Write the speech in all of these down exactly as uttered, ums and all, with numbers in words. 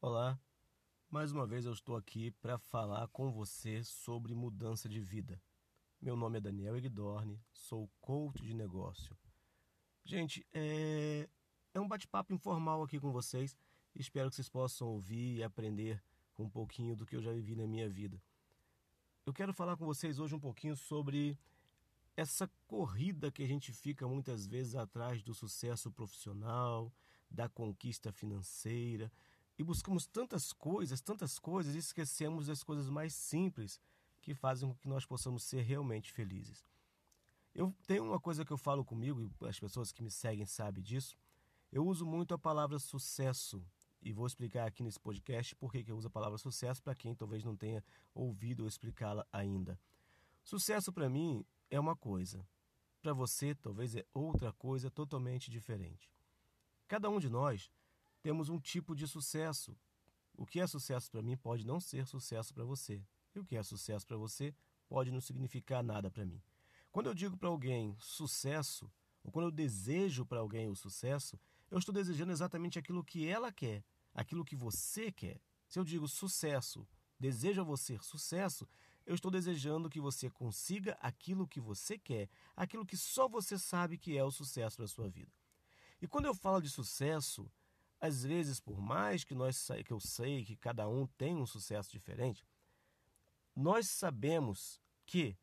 Olá, mais uma vez eu estou aqui para falar com você sobre mudança de vida. Meu nome é Daniel Egdorne, sou coach de negócio. Gente, é, é um bate-papo informal aqui com vocês. Espero que vocês possam ouvir e aprender um pouquinho do que eu já vivi na minha vida. Eu quero falar com vocês hoje um pouquinho sobre essa corrida que a gente fica muitas vezes atrás do sucesso profissional, da conquista financeira, e buscamos tantas coisas, tantas coisas, e esquecemos das coisas mais simples que fazem com que nós possamos ser realmente felizes. Eu tenho uma coisa que eu falo comigo, e as pessoas que me seguem sabem disso. Eu uso muito a palavra sucesso, e vou explicar aqui nesse podcast por que eu uso a palavra sucesso, para quem talvez não tenha ouvido ou explicá-la ainda. Sucesso para mim é uma coisa, para você talvez é outra coisa totalmente diferente. Cada um de nós temos um tipo de sucesso. O que é sucesso para mim pode não ser sucesso para você. E o que é sucesso para você pode não significar nada para mim. Quando eu digo para alguém sucesso, ou quando eu desejo para alguém o sucesso, eu estou desejando exatamente aquilo que ela quer, aquilo que você quer. Se eu digo sucesso, desejo a você sucesso, eu estou desejando que você consiga aquilo que você quer, aquilo que só você sabe que é o sucesso para a sua vida. E quando eu falo de sucesso, às vezes, por mais que, nós, que eu sei que cada um tem um sucesso diferente, nós sabemos que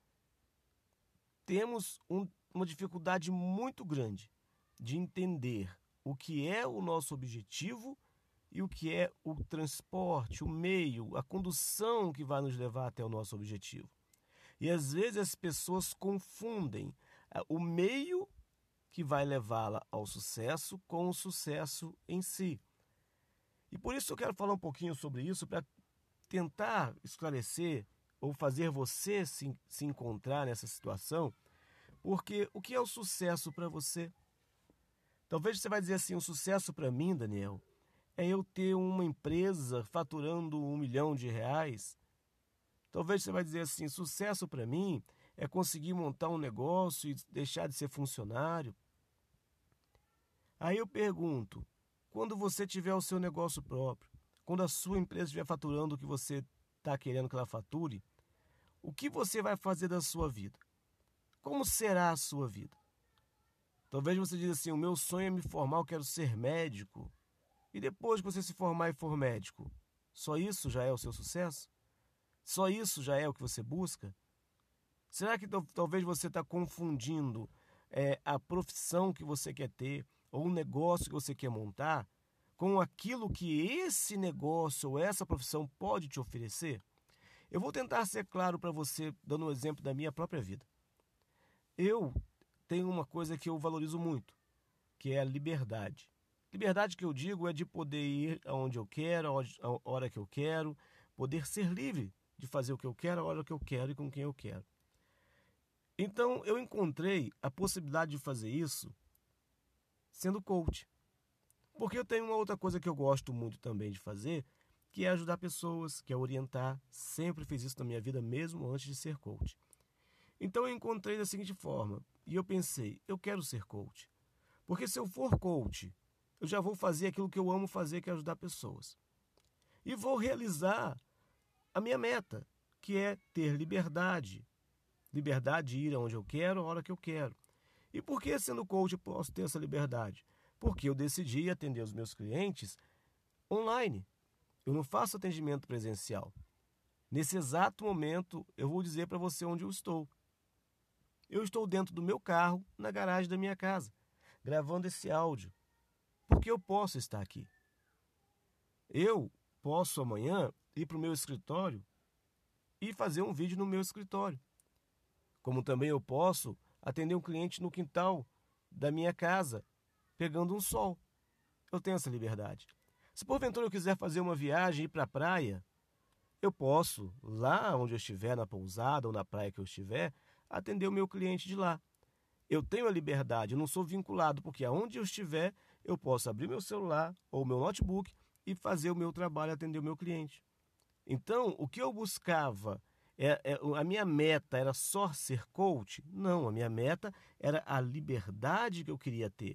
temos um, uma dificuldade muito grande de entender o que é o nosso objetivo e o que é o transporte, o meio, a condução que vai nos levar até o nosso objetivo. E às vezes as pessoas confundem o meio que vai levá-la ao sucesso com o sucesso em si. E por isso eu quero falar um pouquinho sobre isso, para tentar esclarecer ou fazer você se, se encontrar nessa situação, porque o que é o sucesso para você? Talvez você vai dizer assim, o sucesso para mim, Daniel, é eu ter uma empresa faturando um milhão de reais. Talvez você vai dizer assim, sucesso para mim é conseguir montar um negócio e deixar de ser funcionário. Aí eu pergunto, quando você tiver o seu negócio próprio, quando a sua empresa estiver faturando o que você está querendo que ela fature, o que você vai fazer da sua vida? Como será a sua vida? Talvez você diga assim, o meu sonho é me formar, eu quero ser médico. E depois que você se formar e for médico, só isso já é o seu sucesso? Só isso já é o que você busca? Será que talvez você está confundindo é, a profissão que você quer ter ou um negócio que você quer montar com aquilo que esse negócio ou essa profissão pode te oferecer? Eu vou tentar ser claro para você, dando um exemplo da minha própria vida. Eu tenho uma coisa que eu valorizo muito, que é a liberdade. Liberdade que eu digo é de poder ir aonde eu quero, a hora que eu quero, poder ser livre de fazer o que eu quero, a hora que eu quero e com quem eu quero. Então, eu encontrei a possibilidade de fazer isso sendo coach. Porque eu tenho uma outra coisa que eu gosto muito também de fazer, que é ajudar pessoas, que é orientar. Sempre fiz isso na minha vida, mesmo antes de ser coach. Então, eu encontrei da seguinte forma, e eu pensei, eu quero ser coach. Porque se eu for coach, eu já vou fazer aquilo que eu amo fazer, que é ajudar pessoas. E vou realizar a minha meta, que é ter liberdade. Liberdade de ir aonde eu quero, a hora que eu quero. E por que, sendo coach, eu posso ter essa liberdade? Porque eu decidi atender os meus clientes online. Eu não faço atendimento presencial. Nesse exato momento, eu vou dizer para você onde eu estou. Eu estou dentro do meu carro, na garagem da minha casa, gravando esse áudio. Porque eu posso estar aqui. Eu posso amanhã ir para o meu escritório e fazer um vídeo no meu escritório. Como também eu posso atender um cliente no quintal da minha casa, pegando um sol. Eu tenho essa liberdade. Se porventura eu quiser fazer uma viagem e ir para a praia, eu posso, lá onde eu estiver, na pousada ou na praia que eu estiver, atender o meu cliente de lá. Eu tenho a liberdade, eu não sou vinculado, porque aonde eu estiver, eu posso abrir meu celular ou meu notebook e fazer o meu trabalho, atender o meu cliente. Então, o que eu buscava, é, é, a minha meta era só ser coach? Não, a minha meta era a liberdade que eu queria ter.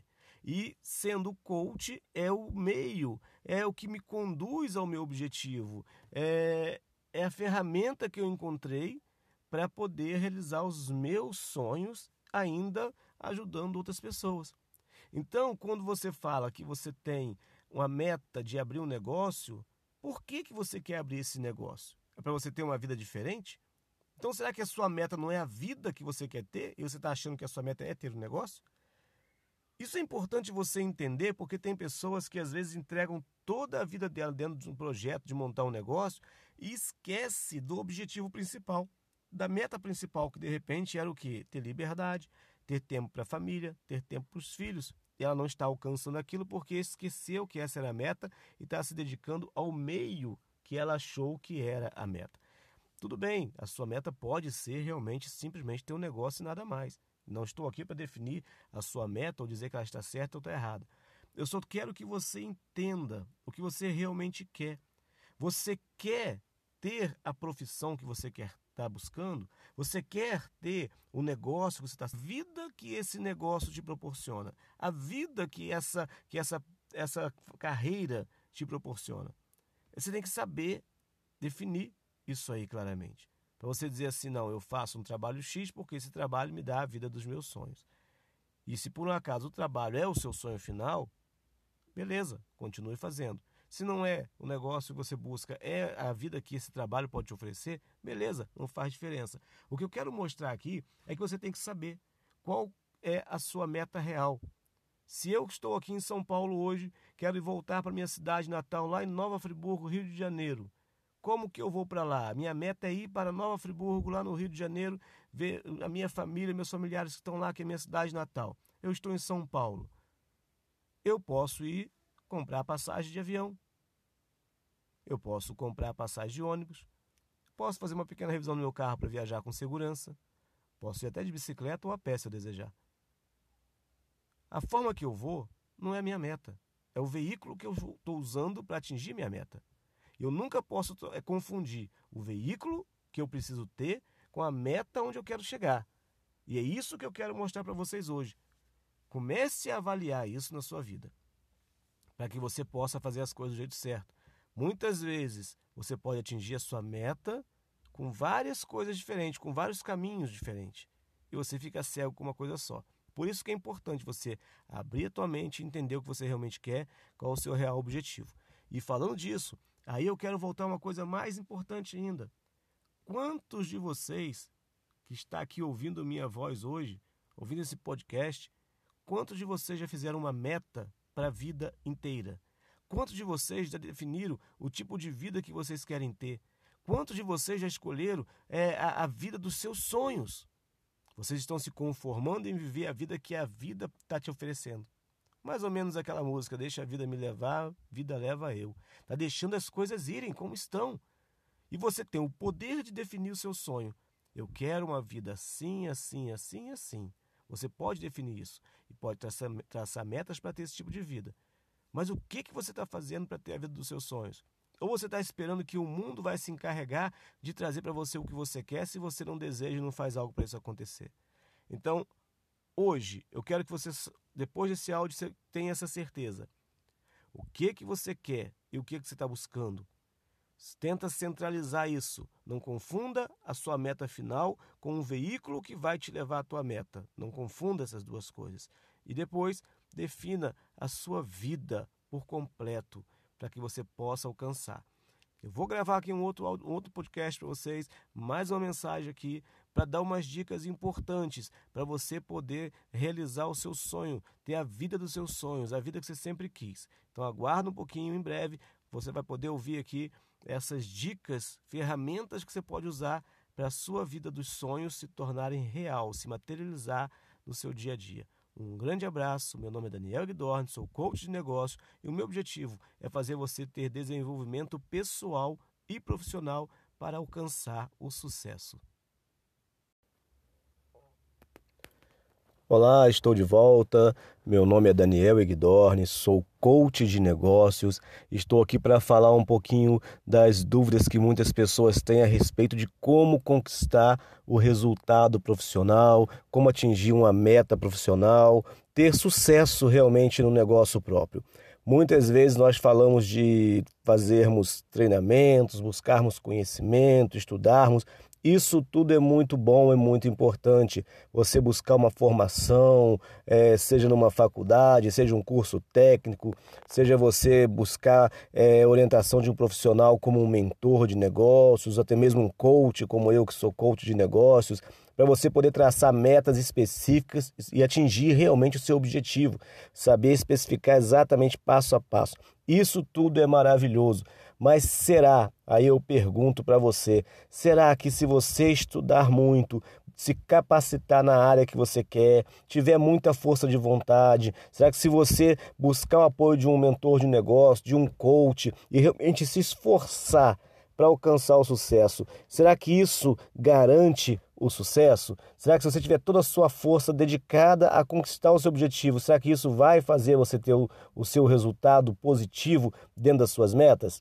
E sendo coach é o meio, é o que me conduz ao meu objetivo, é, é a ferramenta que eu encontrei para poder realizar os meus sonhos, ainda ajudando outras pessoas. Então, quando você fala que você tem uma meta de abrir um negócio, por que, que você quer abrir esse negócio? É para você ter uma vida diferente? Então, será que a sua meta não é a vida que você quer ter e você está achando que a sua meta é ter um negócio? Isso é importante você entender, porque tem pessoas que às vezes entregam toda a vida dela dentro de um projeto de montar um negócio e esquece do objetivo principal, da meta principal, que de repente era o quê? Ter liberdade, ter tempo para a família, ter tempo para os filhos. E ela não está alcançando aquilo porque esqueceu que essa era a meta e está se dedicando ao meio que ela achou que era a meta. Tudo bem, a sua meta pode ser realmente simplesmente ter um negócio e nada mais. Não estou aqui para definir a sua meta ou dizer que ela está certa ou está errada. Eu só quero que você entenda o que você realmente quer. Você quer ter a profissão que você quer estar buscando? Você quer ter o negócio que você está... A vida que esse negócio te proporciona. A vida que essa, que essa, essa carreira te proporciona. Você tem que saber definir isso aí claramente. Para você dizer assim, não, eu faço um trabalho X porque esse trabalho me dá a vida dos meus sonhos. E se por um acaso o trabalho é o seu sonho final, beleza, continue fazendo. Se não é o negócio que você busca, é a vida que esse trabalho pode te oferecer, beleza, não faz diferença. O que eu quero mostrar aqui é que você tem que saber qual é a sua meta real. Se eu estou aqui em São Paulo hoje, quero voltar para minha cidade natal, lá em Nova Friburgo, Rio de Janeiro. Como que eu vou para lá? Minha meta é ir para Nova Friburgo, lá no Rio de Janeiro, ver a minha família, meus familiares que estão lá, que é a minha cidade natal. Eu estou em São Paulo. Eu posso ir comprar passagem de avião. Eu posso comprar passagem de ônibus. Posso fazer uma pequena revisão no meu carro para viajar com segurança. Posso ir até de bicicleta ou a pé se eu desejar. A forma que eu vou não é a minha meta. É o veículo que eu estou usando para atingir minha meta. Eu nunca posso confundir o veículo que eu preciso ter com a meta onde eu quero chegar. E é isso que eu quero mostrar para vocês hoje. Comece a avaliar isso na sua vida, para que você possa fazer as coisas do jeito certo. Muitas vezes você pode atingir a sua meta com várias coisas diferentes, com vários caminhos diferentes. E você fica cego com uma coisa só. Por isso que é importante você abrir a tua mente e entender o que você realmente quer, qual é o seu real objetivo. E falando disso, aí eu quero voltar a uma coisa mais importante ainda. Quantos de vocês que está aqui ouvindo minha voz hoje, ouvindo esse podcast, quantos de vocês já fizeram uma meta para a vida inteira? Quantos de vocês já definiram o tipo de vida que vocês querem ter? Quantos de vocês já escolheram é, a, a vida dos seus sonhos? Vocês estão se conformando em viver a vida que a vida está te oferecendo. Mais ou menos aquela música, deixa a vida me levar, vida leva eu. Está deixando as coisas irem como estão. E você tem o poder de definir o seu sonho. Eu quero uma vida assim, assim, assim, assim. Você pode definir isso e pode traçar, traçar metas para ter esse tipo de vida. Mas o que, que você está fazendo para ter a vida dos seus sonhos? Ou você está esperando que o mundo vai se encarregar de trazer para você o que você quer se você não deseja e não faz algo para isso acontecer? Então, hoje, eu quero que você, depois desse áudio, você tenha essa certeza. O que, que você quer e o que, que você está buscando? Tenta centralizar isso. Não confunda a sua meta final com um veículo que vai te levar à tua meta. Não confunda essas duas coisas. E depois, defina a sua vida por completo para que você possa alcançar. Eu vou gravar aqui um outro, um outro podcast para vocês, mais uma mensagem aqui para dar umas dicas importantes para você poder realizar o seu sonho, ter a vida dos seus sonhos, a vida que você sempre quis. Então aguarda um pouquinho, em breve você vai poder ouvir aqui essas dicas, ferramentas que você pode usar para a sua vida dos sonhos se tornarem real, se materializar no seu dia a dia. Um grande abraço, meu nome é Daniel Egdorni, sou coach de negócio e o meu objetivo é fazer você ter desenvolvimento pessoal e profissional para alcançar o sucesso. Olá, estou de volta. Meu nome é Daniel Egdorni, sou coach de negócios. Estou aqui para falar um pouquinho das dúvidas que muitas pessoas têm a respeito de como conquistar o resultado profissional, como atingir uma meta profissional, ter sucesso realmente no negócio próprio. Muitas vezes nós falamos de fazermos treinamentos, buscarmos conhecimento, estudarmos. Isso tudo é muito bom, é muito importante. Você buscar uma formação, é, seja numa faculdade, seja um curso técnico, seja você buscar é, orientação de um profissional como um mentor de negócios, até mesmo um coach como eu, que sou coach de negócios, para você poder traçar metas específicas e atingir realmente o seu objetivo, saber especificar exatamente passo a passo. Isso tudo é maravilhoso. Mas será, aí eu pergunto para você, será que se você estudar muito, se capacitar na área que você quer, tiver muita força de vontade, será que se você buscar o apoio de um mentor de negócio, de um coach e realmente se esforçar para alcançar o sucesso, será que isso garante o sucesso? Será que se você tiver toda a sua força dedicada a conquistar o seu objetivo, será que isso vai fazer você ter o, o seu resultado positivo dentro das suas metas?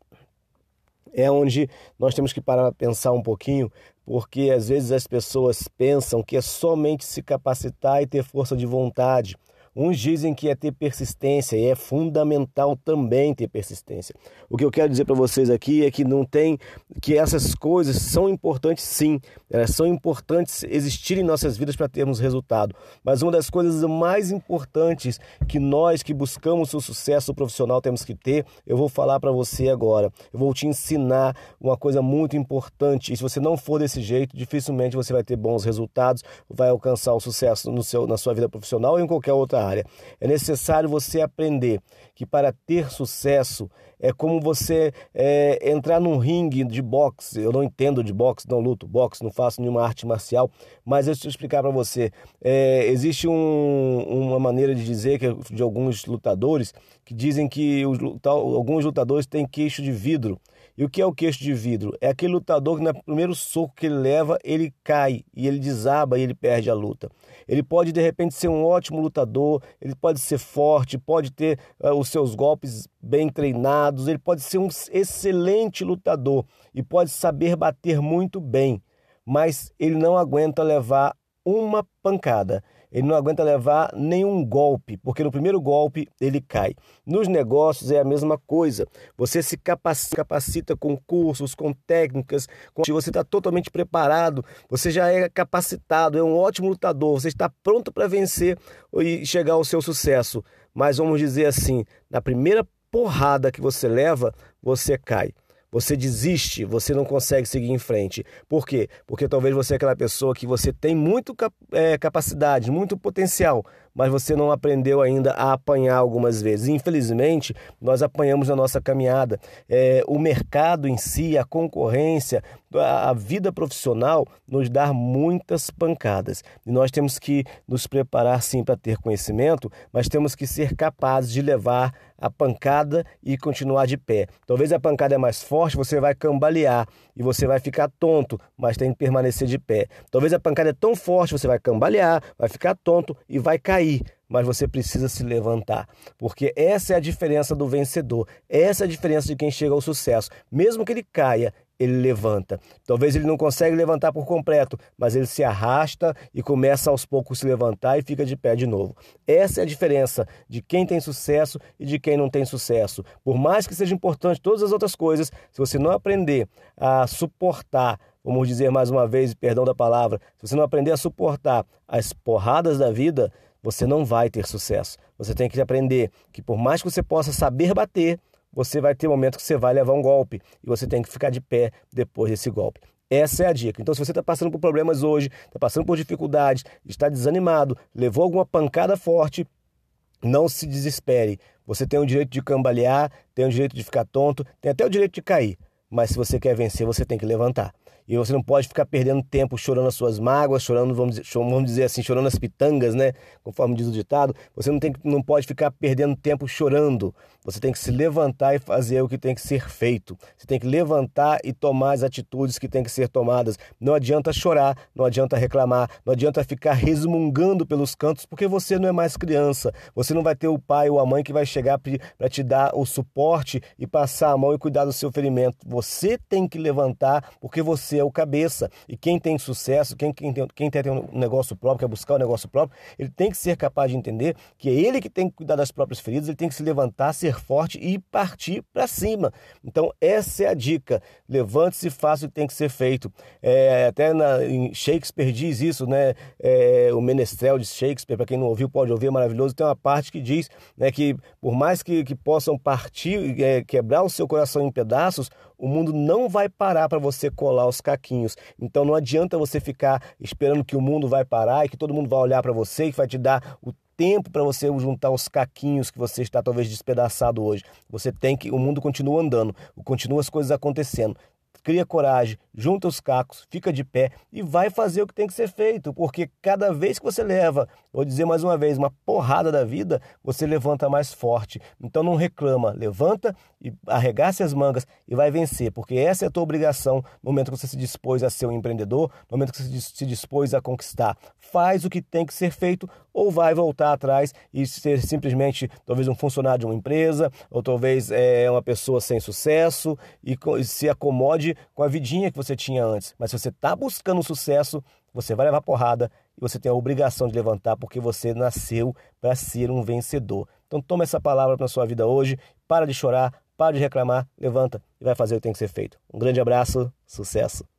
É onde nós temos que parar para pensar um pouquinho, porque às vezes as pessoas pensam que é somente se capacitar e ter força de vontade. Uns dizem que é ter persistência e é fundamental também ter persistência. O que eu quero dizer para vocês aqui é que não tem, que essas coisas são importantes sim, elas são importantes existirem em nossas vidas para termos resultado. Mas uma das coisas mais importantes que nós que buscamos o sucesso profissional temos que ter, eu vou falar para você agora. Eu vou te ensinar uma coisa muito importante. E se você não for desse jeito, dificilmente você vai ter bons resultados, vai alcançar o sucesso no seu, na sua vida profissional ou em qualquer outra área. É necessário você aprender que para ter sucesso é como você é, entrar num ringue de boxe. Eu não entendo de boxe, não luto boxe, não faço nenhuma arte marcial, mas deixa eu explicar para você. É, existe um, uma maneira de dizer que, de alguns lutadores que dizem que os, alguns lutadores têm queixo de vidro. E o que é o queixo de vidro? É aquele lutador que no primeiro soco que ele leva, ele cai e ele desaba e ele perde a luta. Ele pode de repente ser um ótimo lutador, ele pode ser forte, pode ter uh, os seus golpes bem treinados, ele pode ser um excelente lutador e pode saber bater muito bem, mas ele não aguenta levar uma pancada. Ele não aguenta levar nenhum golpe, porque no primeiro golpe ele cai. Nos negócios é a mesma coisa. Você se capacita com cursos, com técnicas, com... você está totalmente preparado, você já é capacitado, é um ótimo lutador, você está pronto para vencer e chegar ao seu sucesso. Mas vamos dizer assim, na primeira porrada que você leva, você cai. Você desiste, você não consegue seguir em frente. Por quê? Porque talvez você é aquela pessoa que você tem muito é, capacidade, muito potencial, mas você não aprendeu ainda a apanhar algumas vezes. Infelizmente, nós apanhamos na nossa caminhada. É, o mercado em si, a concorrência, a, a vida profissional nos dá muitas pancadas. E nós temos que nos preparar sim para ter conhecimento, mas temos que ser capazes de levar a pancada e continuar de pé. Talvez a pancada é mais forte, você vai cambalear e você vai ficar tonto, mas tem que permanecer de pé. Talvez a pancada é tão forte, você vai cambalear, vai ficar tonto e vai cair, mas você precisa se levantar, porque essa é a diferença do vencedor, essa é a diferença de quem chega ao sucesso. Mesmo que ele caia, ele levanta. Talvez ele não consiga levantar por completo, mas ele se arrasta e começa aos poucos a se levantar e fica de pé de novo. Essa é a diferença de quem tem sucesso e de quem não tem sucesso. Por mais que seja importante todas as outras coisas, se você não aprender a suportar, vamos dizer mais uma vez, perdão da palavra, se você não aprender a suportar as porradas da vida, você não vai ter sucesso. Você tem que aprender que por mais que você possa saber bater, você vai ter um momento que você vai levar um golpe e você tem que ficar de pé depois desse golpe. Essa é a dica. Então, se você está passando por problemas hoje, está passando por dificuldades, está desanimado, levou alguma pancada forte, não se desespere. Você tem o direito de cambalear, tem o direito de ficar tonto, tem até o direito de cair. Mas se você quer vencer, você tem que levantar. E você não pode ficar perdendo tempo chorando as suas mágoas, chorando, vamos dizer, vamos dizer assim, chorando as pitangas, né? Conforme diz o ditado. Você não, tem, não pode ficar perdendo tempo chorando. Você tem que se levantar e fazer o que tem que ser feito. Você tem que levantar e tomar as atitudes que tem que ser tomadas. Não adianta chorar, não adianta reclamar, não adianta ficar resmungando pelos cantos, porque você não é mais criança. Você não vai ter o pai ou a mãe que vai chegar para te dar o suporte e passar a mão e cuidar do seu ferimento. Você tem que levantar, porque você você é o cabeça. E quem tem sucesso, quem, quem, tem, quem tem um negócio próprio, quer buscar um negócio próprio, ele tem que ser capaz de entender que é ele que tem que cuidar das próprias feridas, ele tem que se levantar, ser forte e partir para cima. Então, essa é a dica. Levante-se e faça o que tem que ser feito. É, até na, em Shakespeare diz isso, né? É, o Menestrel de Shakespeare, para quem não ouviu, pode ouvir, é maravilhoso. Tem uma parte que diz, né, que por mais que, que possam partir, é, quebrar o seu coração em pedaços, o mundo não vai parar para você colar os caquinhos. Então não adianta você ficar esperando que o mundo vai parar e que todo mundo vai olhar para você e que vai te dar o tempo para você juntar os caquinhos que você está talvez despedaçado hoje. Você tem que, o mundo continua andando, continua as coisas acontecendo. Cria coragem, junta os cacos, fica de pé e vai fazer o que tem que ser feito, porque cada vez que você leva, vou dizer mais uma vez, uma porrada da vida, você levanta mais forte. Então não reclama, levanta e arregace as mangas e vai vencer, porque essa é a tua obrigação no momento que você se dispôs a ser um empreendedor, no momento que você se dispôs a conquistar. Faz o que tem que ser feito ou vai voltar atrás e ser simplesmente talvez um funcionário de uma empresa, ou talvez é, uma pessoa sem sucesso e se acomode com a vidinha que você tinha antes. Mas se você está buscando sucesso, você vai levar porrada e você tem a obrigação de levantar porque você nasceu para ser um vencedor. Então toma essa palavra para a sua vida hoje, para de chorar, para de reclamar, levanta e vai fazer o que tem que ser feito. Um grande abraço, sucesso!